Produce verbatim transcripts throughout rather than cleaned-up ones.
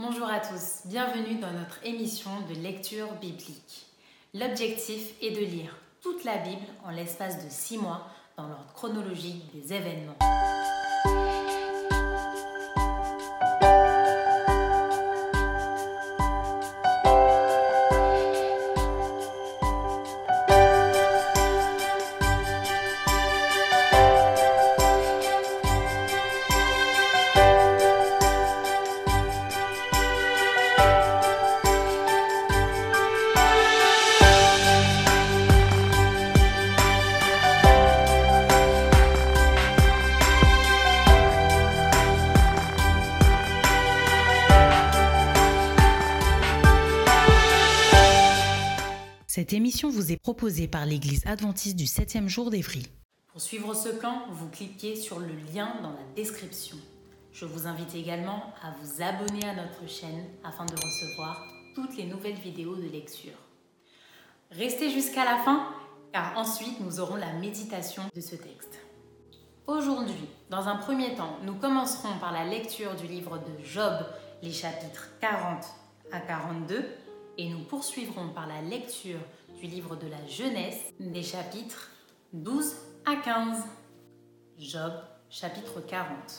Bonjour à tous, bienvenue dans notre émission de lecture biblique. L'objectif est de lire toute la Bible en l'espace de six mois dans l'ordre chronologique des événements. Cette émission vous est proposée par l'Église adventiste du septième jour d'Évry. Pour suivre ce plan, vous cliquez sur le lien dans la description. Je vous invite également à vous abonner à notre chaîne afin de recevoir toutes les nouvelles vidéos de lecture. Restez jusqu'à la fin car ensuite nous aurons la méditation de ce texte. Aujourd'hui, dans un premier temps, nous commencerons par la lecture du livre de Job, les chapitres quarante à quarante-deux, et nous poursuivrons par la lecture du livre de la Genèse, des chapitres douze à quinze. Job, chapitre quarante.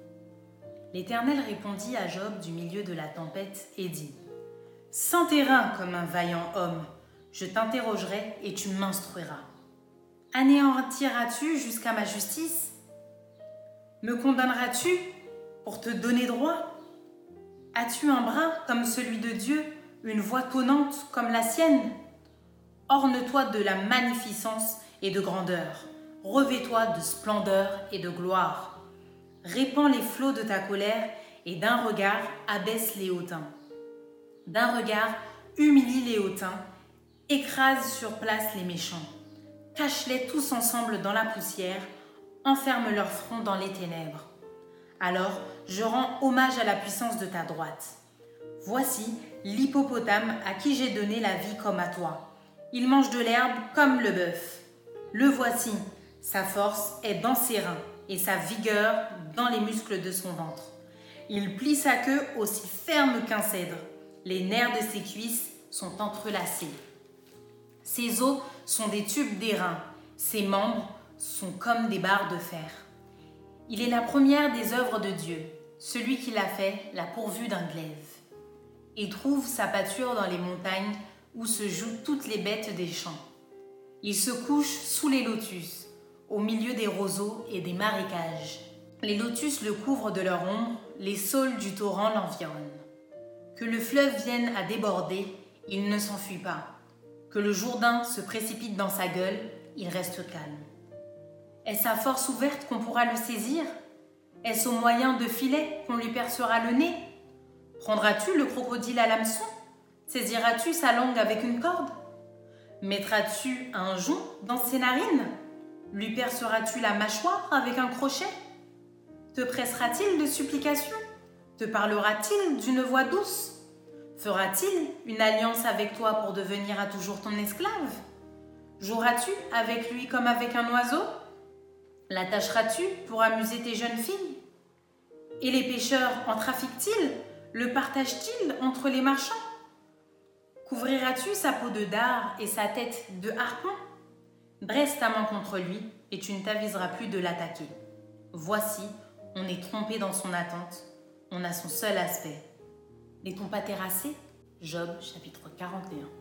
L'Éternel répondit à Job du milieu de la tempête et dit : « Sans terrain comme un vaillant homme, je t'interrogerai et tu m'instruiras. Anéantiras-tu jusqu'à ma justice ? Me condamneras-tu pour te donner droit ? As-tu un bras comme celui de Dieu ? Une voix tonnante comme la sienne? Orne-toi de la magnificence et de grandeur. Revêt-toi de splendeur et de gloire. Répands les flots de ta colère et d'un regard abaisse les hautains. D'un regard humilie les hautains. Écrase sur place les méchants. Cache-les tous ensemble dans la poussière. Enferme leur front dans les ténèbres. Alors je rends hommage à la puissance de ta droite. Voici l'hippopotame à qui j'ai donné la vie comme à toi. Il mange de l'herbe comme le bœuf. Le voici, sa force est dans ses reins et sa vigueur dans les muscles de son ventre. Il plie sa queue aussi ferme qu'un cèdre. Les nerfs de ses cuisses sont entrelacés. Ses os sont des tubes d'airain. Ses membres sont comme des barres de fer. Il est la première des œuvres de Dieu. Celui qui l'a fait l'a pourvu d'un glaive. Il trouve sa pâture dans les montagnes où se jouent toutes les bêtes des champs. Il se couche sous les lotus, au milieu des roseaux et des marécages. Les lotus le couvrent de leur ombre, les saules du torrent l'environnent. Que le fleuve vienne à déborder, il ne s'enfuit pas. Que le Jourdain se précipite dans sa gueule, il reste calme. Est-ce à force ouverte qu'on pourra le saisir? Est-ce au moyen de filets qu'on lui percera le nez? Prendras-tu le crocodile à l'hameçon? Saisiras-tu sa langue avec une corde? Mettras-tu un jonc dans ses narines? Lui perceras-tu la mâchoire avec un crochet? Te pressera-t-il de supplications? Te parlera-t-il d'une voix douce? Fera-t-il une alliance avec toi pour devenir à toujours ton esclave? Joueras-tu avec lui comme avec un oiseau? L'attacheras-tu pour amuser tes jeunes filles? Et les pêcheurs en trafiquent-ils? Le partagent-ils entre les marchands? Couvriras-tu sa peau de dard et sa tête de harpon? Dresse ta main contre lui et tu ne t'aviseras plus de l'attaquer. Voici, on est trompé dans son attente, on a son seul aspect. N'est-on pas terrassé? Job, chapitre quarante et un.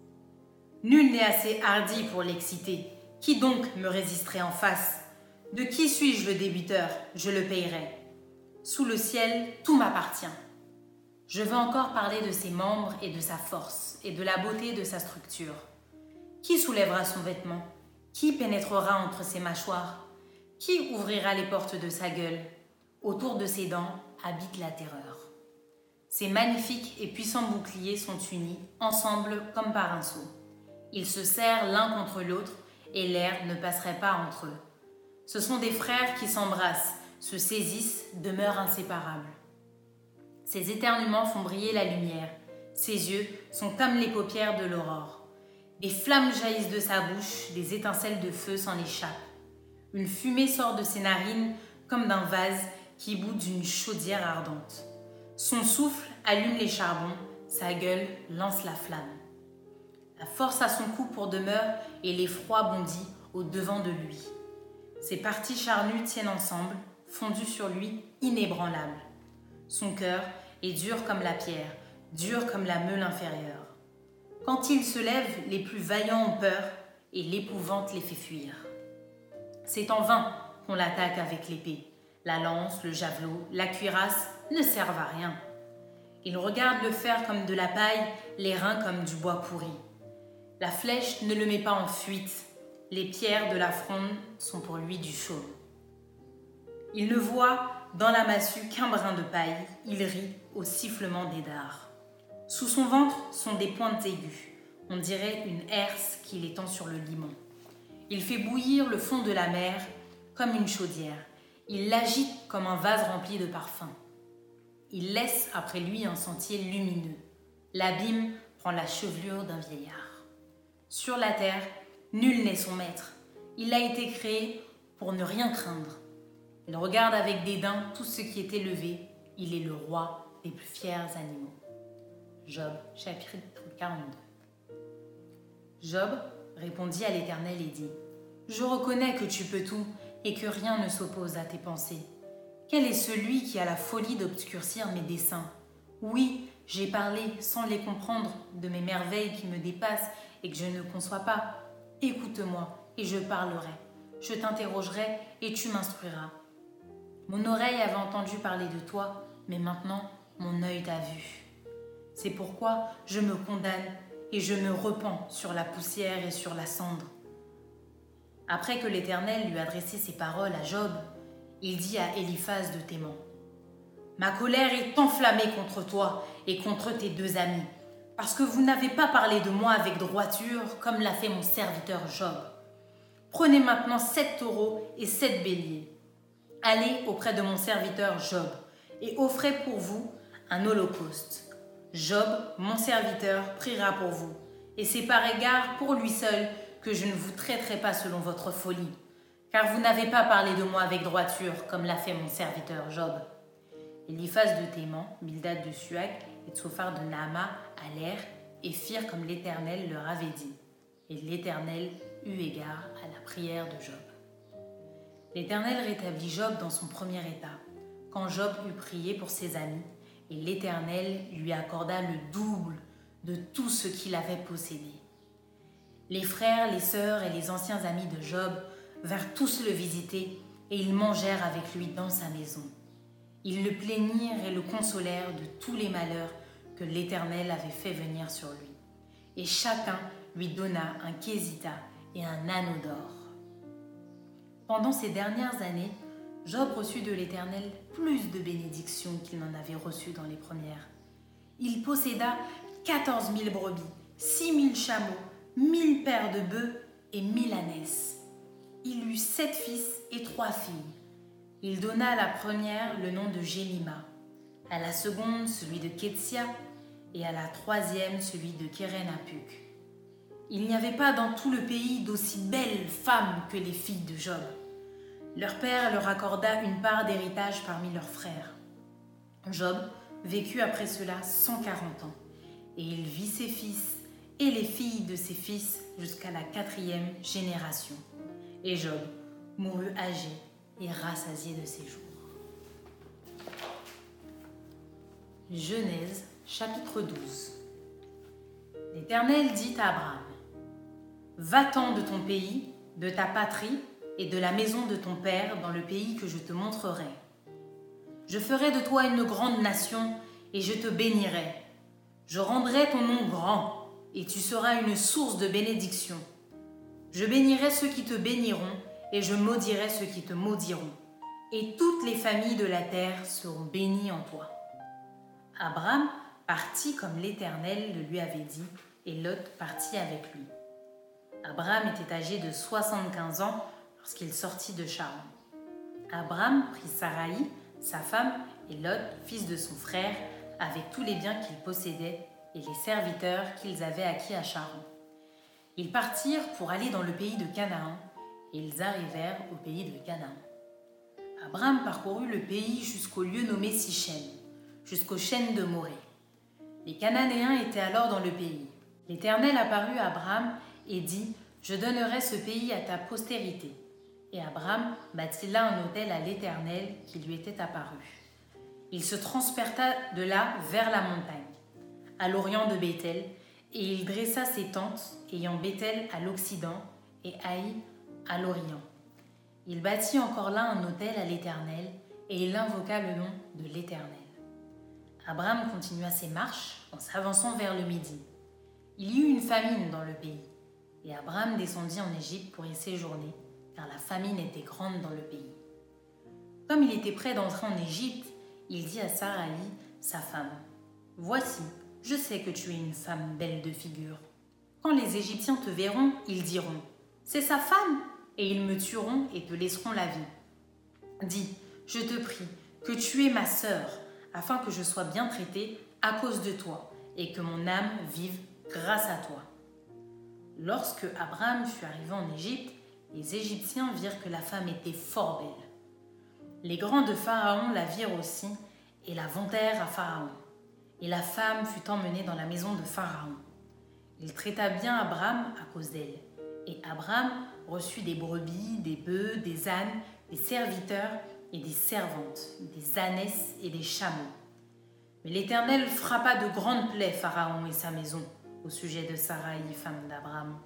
Nul n'est assez hardi pour l'exciter. Qui donc me résisterait en face? De qui suis-je le débiteur? Je le payerai. Sous le ciel, tout m'appartient. Je veux encore parler de ses membres et de sa force et de la beauté de sa structure. Qui soulèvera son vêtement? Qui pénétrera entre ses mâchoires? Qui ouvrira les portes de sa gueule? Autour de ses dents habite la terreur. Ses magnifiques et puissants boucliers sont unis, ensemble comme par un sceau. Ils se serrent l'un contre l'autre et l'air ne passerait pas entre eux. Ce sont des frères qui s'embrassent, se saisissent, demeurent inséparables. Ses éternuements font briller la lumière. Ses yeux sont comme les paupières de l'aurore. Des flammes jaillissent de sa bouche, des étincelles de feu s'en échappent. Une fumée sort de ses narines comme d'un vase qui bout d'une chaudière ardente. Son souffle allume les charbons, sa gueule lance la flamme. La force a son cou pour demeure et l'effroi bondit au-devant de lui. Ses parties charnues tiennent ensemble, fondues sur lui, inébranlables. Son cœur est dur comme la pierre, dur comme la meule inférieure. Quand il se lève, les plus vaillants ont peur et l'épouvante les fait fuir. C'est en vain qu'on l'attaque avec l'épée. La lance, le javelot, la cuirasse ne servent à rien. Il regarde le fer comme de la paille, les reins comme du bois pourri. La flèche ne le met pas en fuite. Les pierres de la fronde sont pour lui du chaume. Il ne voit dans la massue qu'un brin de paille. Il rit au sifflement des dards. Sous son ventre sont des pointes aiguës. On dirait une herse qu'il étend sur le limon. Il fait bouillir le fond de la mer comme une chaudière. Il l'agite comme un vase rempli de parfums. Il laisse après lui un sentier lumineux. L'abîme prend la chevelure d'un vieillard. Sur la terre, nul n'est son maître. Il a été créé pour ne rien craindre. Il regarde avec dédain tout ce qui est élevé. Il est le roi des plus fiers animaux. Job, chapitre quarante-deux. Job répondit à l'Éternel et dit : Je reconnais que tu peux tout et que rien ne s'oppose à tes pensées. Quel est celui qui a la folie d'obscurcir mes desseins ? Oui, j'ai parlé sans les comprendre de mes merveilles qui me dépassent et que je ne conçois pas. Écoute-moi et je parlerai. Je t'interrogerai et tu m'instruiras. Mon oreille avait entendu parler de toi, mais maintenant mon œil t'a vu. C'est pourquoi je me condamne et je me repens sur la poussière et sur la cendre. Après que l'Éternel lui adressait ces paroles à Job, il dit à Éliphaz de Théman : Ma colère est enflammée contre toi et contre tes deux amis, parce que vous n'avez pas parlé de moi avec droiture, comme l'a fait mon serviteur Job. Prenez maintenant sept taureaux et sept béliers. Allez auprès de mon serviteur Job et offrez pour vous un holocauste. Job, mon serviteur, priera pour vous, et c'est par égard pour lui seul que je ne vous traiterai pas selon votre folie, car vous n'avez pas parlé de moi avec droiture, comme l'a fait mon serviteur Job. Éliphaz de Théman, Bildad de Suac et Tsophar de Naama allèrent et firent comme l'Éternel leur avait dit. Et l'Éternel eut égard à la prière de Job. L'Éternel rétablit Job dans son premier état, quand Job eut prié pour ses amis, et l'Éternel lui accorda le double de tout ce qu'il avait possédé. Les frères, les sœurs et les anciens amis de Job vinrent tous le visiter, et ils mangèrent avec lui dans sa maison. Ils le plaignirent et le consolèrent de tous les malheurs que l'Éternel avait fait venir sur lui. Et chacun lui donna un késita et un anneau d'or. Pendant ces dernières années, Job reçut de l'Éternel plus de bénédictions qu'il n'en avait reçues dans les premières. Il posséda quatorze mille brebis, six mille chameaux, mille paires de bœufs et mille ânesses. Il eut sept fils et trois filles. Il donna à la première le nom de Jemima, à la seconde celui de Ketsia et à la troisième celui de Kérénapuk. Il n'y avait pas dans tout le pays d'aussi belles femmes que les filles de Job. Leur père leur accorda une part d'héritage parmi leurs frères. Job vécut après cela cent quarante ans, et il vit ses fils et les filles de ses fils jusqu'à la quatrième génération. Et Job mourut âgé et rassasié de ses jours. Genèse, chapitre douze. L'Éternel dit à Abraham : Va-t'en de ton pays, de ta patrie et de la maison de ton père dans le pays que je te montrerai. Je ferai de toi une grande nation et je te bénirai. Je rendrai ton nom grand et tu seras une source de bénédiction. Je bénirai ceux qui te béniront et je maudirai ceux qui te maudiront. Et toutes les familles de la terre seront bénies en toi. Abraham partit comme l'Éternel le lui avait dit, et Lot partit avec lui. Abraham était âgé de soixante-quinze ans lorsqu'il sortit de Charan. Abraham prit Saraï, sa femme, et Lot, fils de son frère, avec tous les biens qu'ils possédaient et les serviteurs qu'ils avaient acquis à Charan. Ils partirent pour aller dans le pays de Canaan, et ils arrivèrent au pays de Canaan. Abraham parcourut le pays jusqu'au lieu nommé Sichem, jusqu'aux chaînes de Morée. Les Cananéens étaient alors dans le pays. L'Éternel apparut à Abram et dit « Je donnerai ce pays à ta postérité. » Et Abram bâtit là un autel à l'Éternel qui lui était apparu. Il se transperta de là vers la montagne, à l'orient de Béthel, et il dressa ses tentes, ayant Béthel à l'occident et Haï à l'orient. Il bâtit encore là un autel à l'Éternel, et il invoqua le nom de l'Éternel. Abram continua ses marches en s'avançant vers le midi. Il y eut une famine dans le pays, et Abram descendit en Égypte pour y séjourner, car la famine était grande dans le pays. Comme il était près d'entrer en Égypte, il dit à Saraï, sa femme, « Voici, je sais que tu es une femme belle de figure. Quand les Égyptiens te verront, ils diront, « C'est sa femme !» et ils me tueront et te laisseront la vie. Dis, je te prie, que tu es ma sœur, afin que je sois bien traitée à cause de toi, et que mon âme vive grâce à toi. » Lorsque Abram fut arrivé en Égypte, les Égyptiens virent que la femme était fort belle. Les grands de Pharaon la virent aussi, et la vantèrent à Pharaon. Et la femme fut emmenée dans la maison de Pharaon. Il traita bien Abram à cause d'elle. Et Abram reçut des brebis, des bœufs, des ânes, des serviteurs et des servantes, des ânesses et des chameaux. Mais l'Éternel frappa de grandes plaies Pharaon et sa maison au sujet de Saraï, femme d'Abram.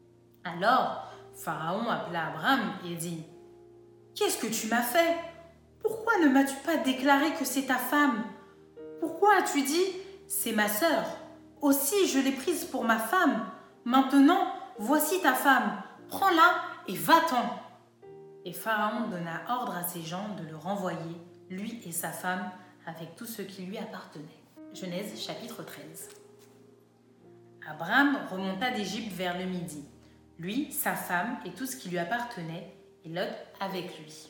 Alors Pharaon appela Abram et dit « Qu'est-ce que tu m'as fait ? Pourquoi ne m'as-tu pas déclaré que c'est ta femme ? Pourquoi as-tu dit « C'est ma sœur » ? Aussi je l'ai prise pour ma femme. Maintenant, voici ta femme. Prends-la et va-t'en. » Et Pharaon donna ordre à ses gens de le renvoyer, lui et sa femme, avec tout ce qui lui appartenait. Genèse chapitre treize. Abram remonta d'Égypte vers le midi, lui, sa femme et tout ce qui lui appartenait, et Lot avec lui.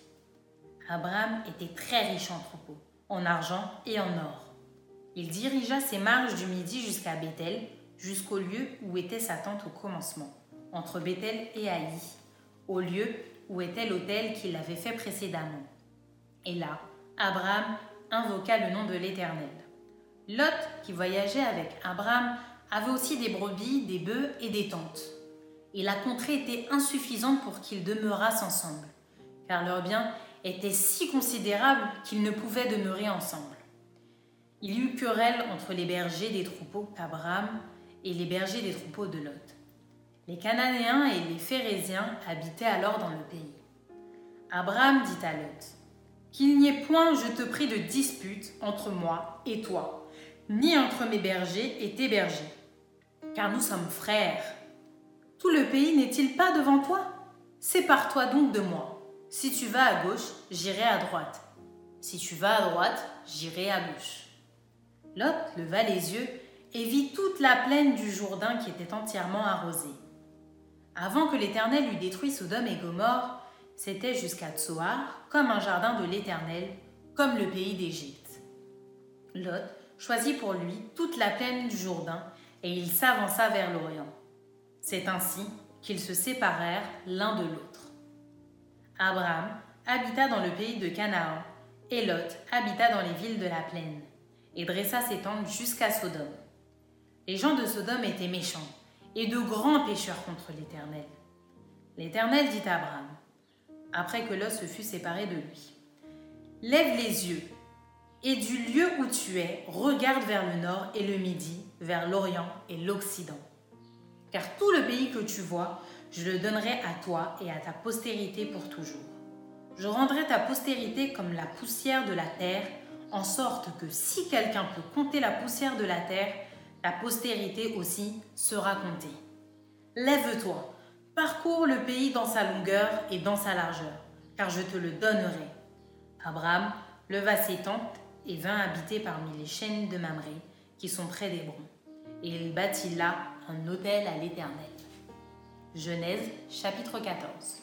Abram était très riche en troupeaux, en argent et en or. Il dirigea ses marches du midi jusqu'à Béthel, jusqu'au lieu où était sa tente au commencement, entre Béthel et Haï, au lieu où était l'autel qu'il avait fait précédemment. Et là, Abram invoqua le nom de l'Éternel. Lot, qui voyageait avec Abram, avait aussi des brebis, des bœufs et des tentes. Et la contrée était insuffisante pour qu'ils demeurassent ensemble, car leurs biens étaient si considérables qu'ils ne pouvaient demeurer ensemble. Il y eut querelle entre les bergers des troupeaux d'Abram et les bergers des troupeaux de Lot. Les Cananéens et les Phéréziens habitaient alors dans le pays. Abram dit à Lot, « Qu'il n'y ait point, je te prie, de dispute entre moi et toi, ni entre mes bergers et tes bergers, car nous sommes frères. Tout le pays n'est-il pas devant toi? Sépare-toi donc de moi. Si tu vas à gauche, j'irai à droite. Si tu vas à droite, j'irai à gauche. » Lot leva les yeux et vit toute la plaine du Jourdain qui était entièrement arrosée. Avant que l'Éternel eût détruit Sodome et Gomorrhe, c'était jusqu'à Tsoar, comme un jardin de l'Éternel, comme le pays d'Égypte. Lot choisit pour lui toute la plaine du Jourdain et il s'avança vers l'Orient. C'est ainsi qu'ils se séparèrent l'un de l'autre. Abram habita dans le pays de Canaan et Lot habita dans les villes de la plaine et dressa ses tentes jusqu'à Sodome. Les gens de Sodome étaient méchants et de grands pécheurs contre l'Éternel. L'Éternel dit à Abram, après que Lot se fut séparé de lui, « Lève les yeux, et du lieu où tu es, regarde vers le nord et le midi, vers l'orient et l'occident. Car tout le pays que tu vois, je le donnerai à toi et à ta postérité pour toujours. Je rendrai ta postérité comme la poussière de la terre, en sorte que si quelqu'un peut compter la poussière de la terre, ta postérité aussi sera comptée. Lève-toi, parcours le pays dans sa longueur et dans sa largeur, car je te le donnerai. » Abram leva ses tentes et vint habiter parmi les chaînes de Mamré, qui sont près d'Hébron. Et il bâtit là un autel à l'Éternel. Genèse chapitre quatorze.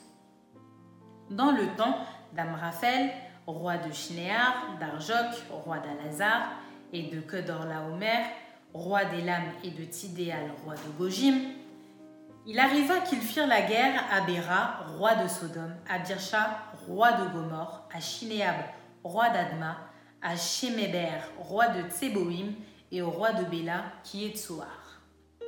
Dans le temps d'Amraphel, roi de Shinéar, d'Arjok, roi d'Alazar, et de Kedorlaomer, roi d'Élam, et de Tidéal, roi de Gojim, il arriva qu'ils firent la guerre à Béra, roi de Sodome, à Birsha, roi de Gomorre, à Shinéab, roi d'Adma, à Sheméber, roi de Tseboïm, et au roi de Béla, qui est Tsoar.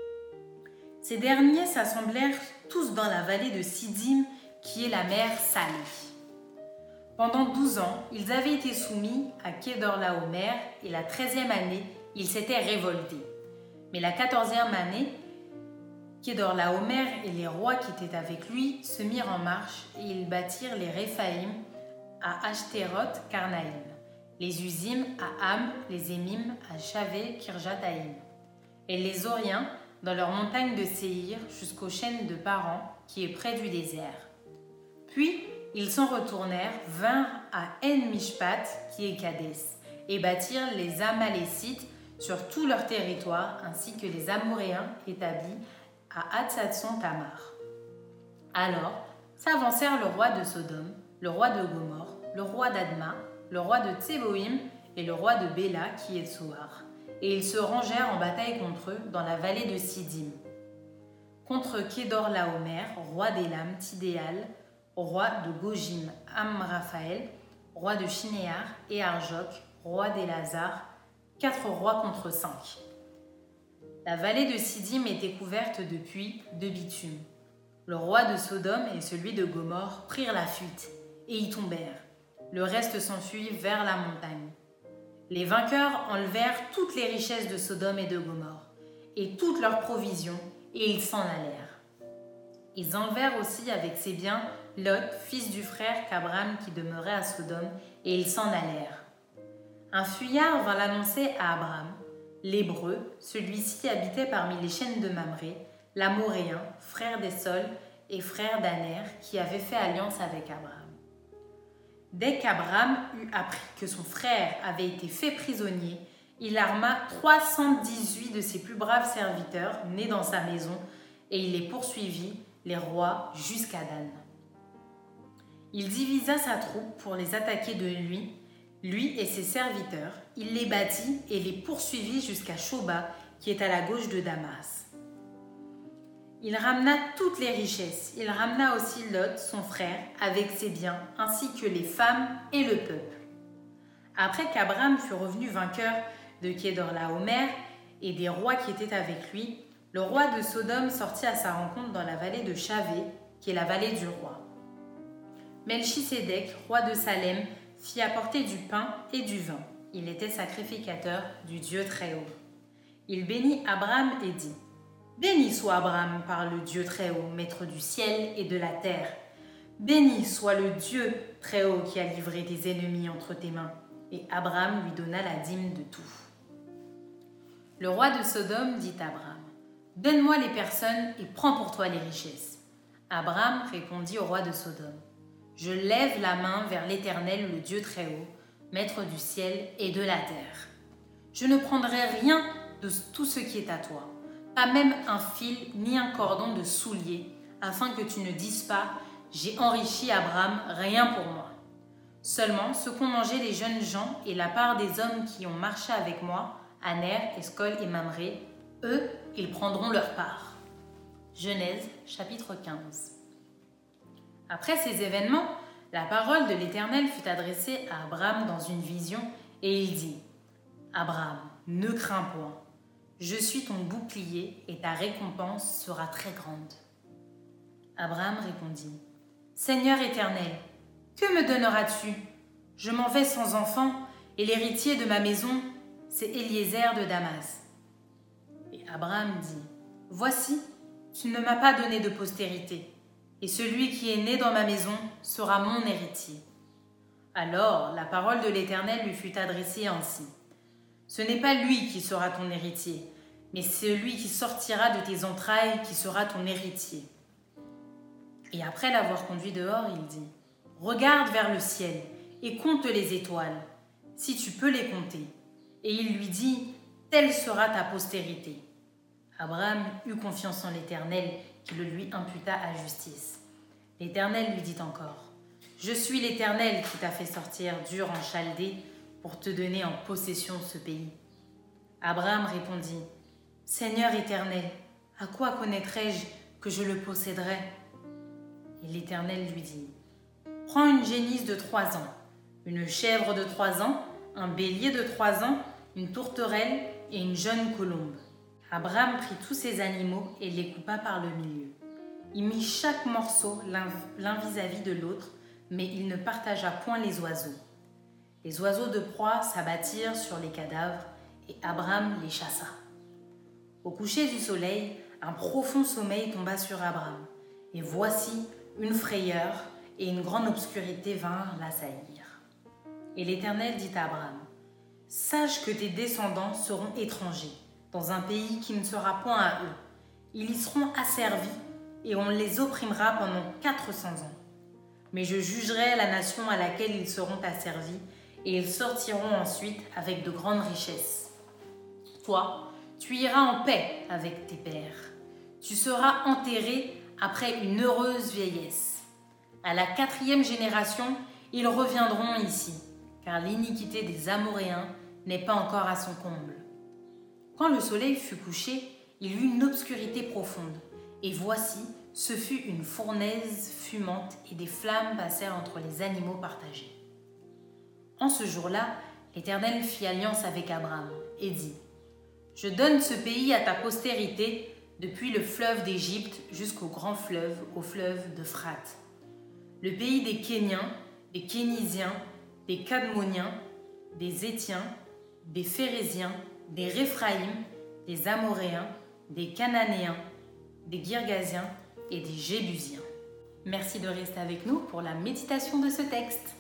Ces derniers s'assemblèrent tous dans la vallée de Siddim, qui est la mer Salée. Pendant douze ans, ils avaient été soumis à Kedorlaomer, et la treizième année, ils s'étaient révoltés. Mais la quatorzième année, Kedorlaomer et les rois qui étaient avec lui se mirent en marche, et ils bâtirent les Réphaïm à Ashteroth Karnaïm, les Usim à Ham, les Émim à Shavé Kirjataïm, et les Oriens dans leurs montagnes de Séhir jusqu'aux chaînes de Paran, qui est près du désert. Puis ils s'en retournèrent, vinrent à En-Mishpat, qui est Kadès, et bâtirent les Amalécites sur tout leur territoire, ainsi que les Amoréens établis à Hatzatson-Tamar. Alors s'avancèrent le roi de Sodome, le roi de Gomorre, le roi d'Adma, le roi de Tseboïm et le roi de Béla, qui est Tsoar, et ils se rangèrent en bataille contre eux dans la vallée de Siddim. Contre Kedorlaomer, roi d'Élam, Tidéal, roi de Gojim, Amraphaël, roi de Shinéar, et Arjok, roi d'Élazar, quatre rois contre cinq. La vallée de Siddim était couverte de puits de bitume. Le roi de Sodome et celui de Gomorre prirent la fuite et y tombèrent. Le reste s'enfuit vers la montagne. Les vainqueurs enlevèrent toutes les richesses de Sodome et de Gomorre, et toutes leurs provisions, et ils s'en allèrent. Ils enlevèrent aussi avec ses biens Lot, fils du frère qu'Abram qui demeurait à Sodome, et ils s'en allèrent. Un fuyard vint l'annoncer à Abram. L'Hébreu, celui-ci habitait parmi les chaînes de Mamré, l'Amoréen, frère d'Essol et frère d'Aner, qui avait fait alliance avec Abram. Dès qu'Abram eut appris que son frère avait été fait prisonnier, il arma trois cent dix-huit de ses plus braves serviteurs nés dans sa maison, et il les poursuivit, les rois, jusqu'à Dan. Il divisa sa troupe pour les attaquer de nuit, lui et ses serviteurs. Il les battit et les poursuivit jusqu'à Shoba, qui est à la gauche de Damas. Il ramena toutes les richesses. Il ramena aussi Lot, son frère, avec ses biens, ainsi que les femmes et le peuple. Après qu'Abram fut revenu vainqueur de Kedorlaomer et des rois qui étaient avec lui, le roi de Sodome sortit à sa rencontre dans la vallée de Shavé, qui est la vallée du roi. Melchisédek, roi de Salem, fit apporter du pain et du vin. Il était sacrificateur du Dieu Très-Haut. Il bénit Abram et dit : Béni soit Abram par le Dieu Très-Haut, maître du ciel et de la terre. Béni soit le Dieu Très-Haut qui a livré tes ennemis entre tes mains. Et Abram lui donna la dîme de tout. Le roi de Sodome dit à Abram : Donne-moi les personnes et prends pour toi les richesses. Abram répondit au roi de Sodome : Je lève la main vers l'Éternel, le Dieu Très-Haut, maître du ciel et de la terre. Je ne prendrai rien de tout ce qui est à toi, pas même un fil ni un cordon de soulier, afin que tu ne dises pas « J'ai enrichi Abram, rien pour moi ». Seulement ce qu'ont mangé les jeunes gens et la part des hommes qui ont marché avec moi, Aner, Escol et Mamré, eux, ils prendront leur part. Genèse, chapitre quinze. Après ces événements, la parole de l'Éternel fut adressée à Abram dans une vision, et il dit : Abram, ne crains point, je suis ton bouclier et ta récompense sera très grande. Abram répondit : Seigneur Éternel, que me donneras-tu ? Je m'en vais sans enfant, et l'héritier de ma maison, c'est Éliézer de Damas. Et Abram dit : Voici, tu ne m'as pas donné de postérité, et celui qui est né dans ma maison sera mon héritier. Alors la parole de l'Éternel lui fut adressée ainsi : Ce n'est pas lui qui sera ton héritier, mais celui qui sortira de tes entrailles qui sera ton héritier. Et après l'avoir conduit dehors, il dit : Regarde vers le ciel et compte les étoiles, si tu peux les compter. Et il lui dit : Telle sera ta postérité. Abram eut confiance en l'Éternel, qui le lui imputa à justice. L'Éternel lui dit encore : Je suis l'Éternel qui t'a fait sortir d'Ur en Chaldée pour te donner en possession ce pays. Abram répondit : Seigneur Éternel, à quoi connaîtrai-je que je le posséderai ? Et l'Éternel lui dit : Prends une génisse de trois ans, une chèvre de trois ans, un bélier de trois ans, une tourterelle et une jeune colombe. Abraham prit tous ces animaux et les coupa par le milieu. Il mit chaque morceau l'un vis-à-vis de l'autre, mais il ne partagea point les oiseaux. Les oiseaux de proie s'abattirent sur les cadavres et Abraham les chassa. Au coucher du soleil, un profond sommeil tomba sur Abraham, et voici une frayeur et une grande obscurité vinrent l'assaillir. Et l'Éternel dit à Abraham, « Sache que tes descendants seront étrangers, dans un pays qui ne sera point à eux. Ils y seront asservis, et on les opprimera pendant quatre cents ans. Mais je jugerai la nation à laquelle ils seront asservis, et ils sortiront ensuite avec de grandes richesses. Toi, tu iras en paix avec tes pères. Tu seras enterré après une heureuse vieillesse. À la quatrième génération, ils reviendront ici, car l'iniquité des Amoréens n'est pas encore à son comble. » Quand le soleil fut couché, il y eut une obscurité profonde, et voici, ce fut une fournaise fumante et des flammes passèrent entre les animaux partagés. En ce jour-là, l'Éternel fit alliance avec Abraham et dit, « Je donne ce pays à ta postérité depuis le fleuve d'Égypte jusqu'au grand fleuve, au fleuve d'Euphrate. Le pays des Kéniens, des Kénisiens, des Cadmoniens, des Étiens, des Phéréziens, des Réphraïm, des Amoréens, des Cananéens, des Girgasiens et des Jébusiens. » Merci de rester avec nous pour la méditation de ce texte.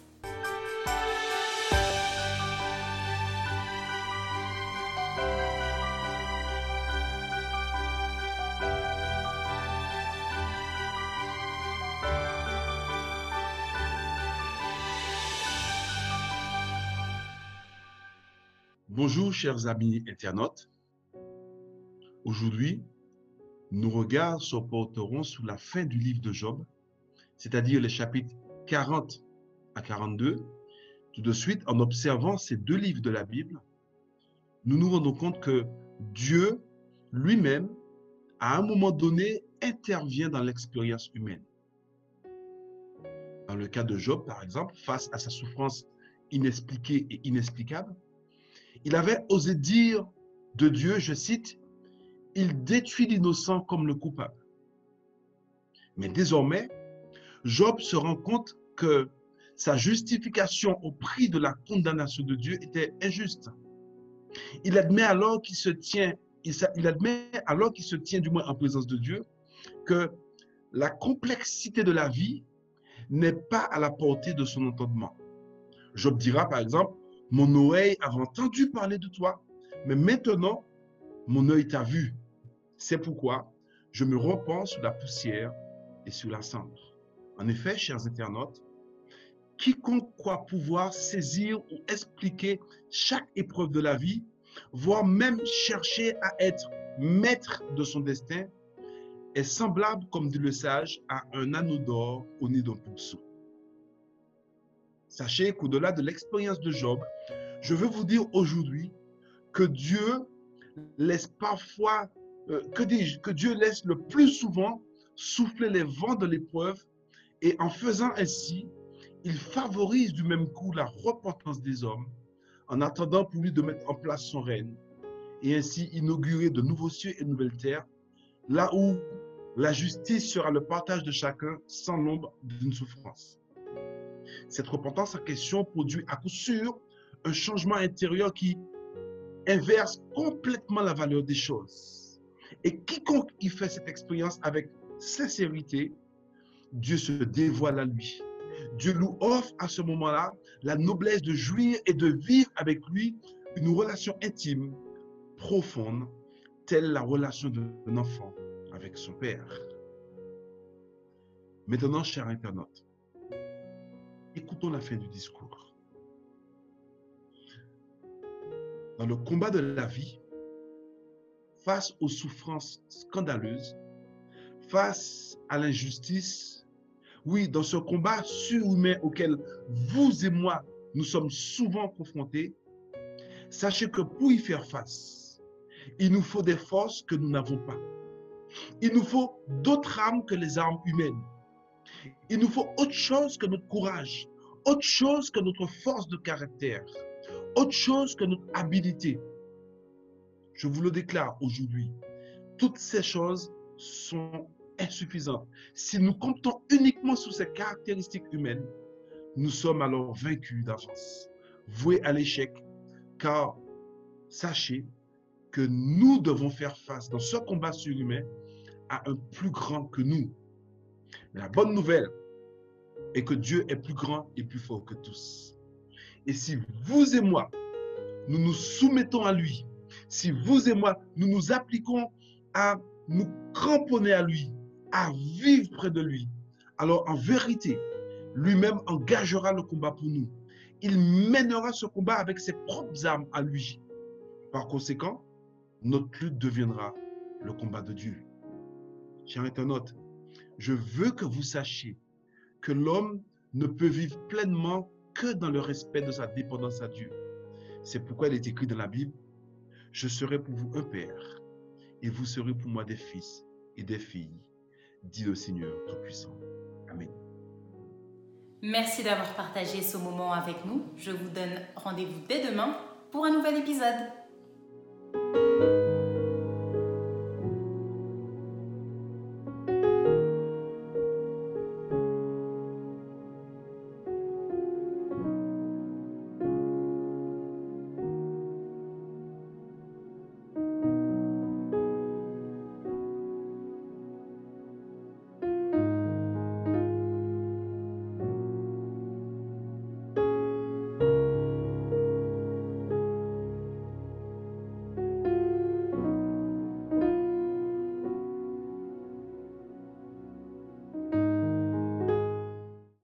Bonjour chers amis internautes. Aujourd'hui, nos regards se porteront sur la fin du livre de Job, c'est-à-dire les chapitres quarante à quarante-deux. Tout de suite, en observant ces deux livres de la Bible, nous nous rendons compte que Dieu lui-même, à un moment donné, intervient dans l'expérience humaine. Dans le cas de Job, par exemple, face à sa souffrance inexpliquée et inexplicable, il avait osé dire de Dieu, je cite, « Il détruit l'innocent comme le coupable ». Mais désormais, Job se rend compte que sa justification au prix de la condamnation de Dieu était injuste. Il admet alors qu'il se tient, il admet alors qu'il se tient du moins en présence de Dieu, que la complexité de la vie n'est pas à la portée de son entendement. Job dira par exemple, « Mon oreille avait entendu parler de toi, mais maintenant, mon œil t'a vu. C'est pourquoi je me repens sur la poussière et sur la cendre. » En effet, chers internautes, quiconque croit pouvoir saisir ou expliquer chaque épreuve de la vie, voire même chercher à être maître de son destin, est semblable, comme dit le sage, à un anneau d'or au nez d'un pourceau. Sachez qu'au-delà de l'expérience de Job, je veux vous dire aujourd'hui que Dieu laisse parfois, euh, que dis-je, que Dieu laisse le plus souvent souffler les vents de l'épreuve et en faisant ainsi, il favorise du même coup la repentance des hommes en attendant pour lui de mettre en place son règne et ainsi inaugurer de nouveaux cieux et de nouvelles terres, là où la justice sera le partage de chacun sans l'ombre d'une souffrance. Cette repentance en question produit à coup sûr un changement intérieur qui inverse complètement la valeur des choses. Et quiconque y fait cette expérience avec sincérité, Dieu se dévoile à lui. Dieu lui offre à ce moment-là la noblesse de jouir et de vivre avec lui une relation intime, profonde, telle la relation d'un enfant avec son père. Maintenant, chers internautes, écoutons la fin du discours. Dans le combat de la vie, face aux souffrances scandaleuses, face à l'injustice, oui, dans ce combat surhumain auquel vous et moi, nous sommes souvent confrontés, sachez que pour y faire face, il nous faut des forces que nous n'avons pas. Il nous faut d'autres armes que les armes humaines. Il nous faut autre chose que notre courage, autre chose que notre force de caractère, autre chose que notre habilité. Je vous le déclare aujourd'hui. Toutes ces choses sont insuffisantes. Si nous comptons uniquement sur ces caractéristiques humaines, nous sommes alors vaincus d'avance, voués à l'échec, car sachez que nous devons faire face dans ce combat surhumain à un plus grand que nous. Mais la bonne nouvelle est que Dieu est plus grand et plus fort que tous. Et si vous et moi, nous nous soumettons à lui, si vous et moi, nous nous appliquons à nous cramponner à lui, à vivre près de lui, alors en vérité, lui-même engagera le combat pour nous. Il mènera ce combat avec ses propres armes à lui. Par conséquent, notre lutte deviendra le combat de Dieu. Chers internautes, je veux que vous sachiez que l'homme ne peut vivre pleinement que dans le respect de sa dépendance à Dieu. C'est pourquoi il est écrit dans la Bible, « Je serai pour vous un père, et vous serez pour moi des fils et des filles, dit le Seigneur Tout-Puissant. » Amen. Merci d'avoir partagé ce moment avec nous. Je vous donne rendez-vous dès demain pour un nouvel épisode.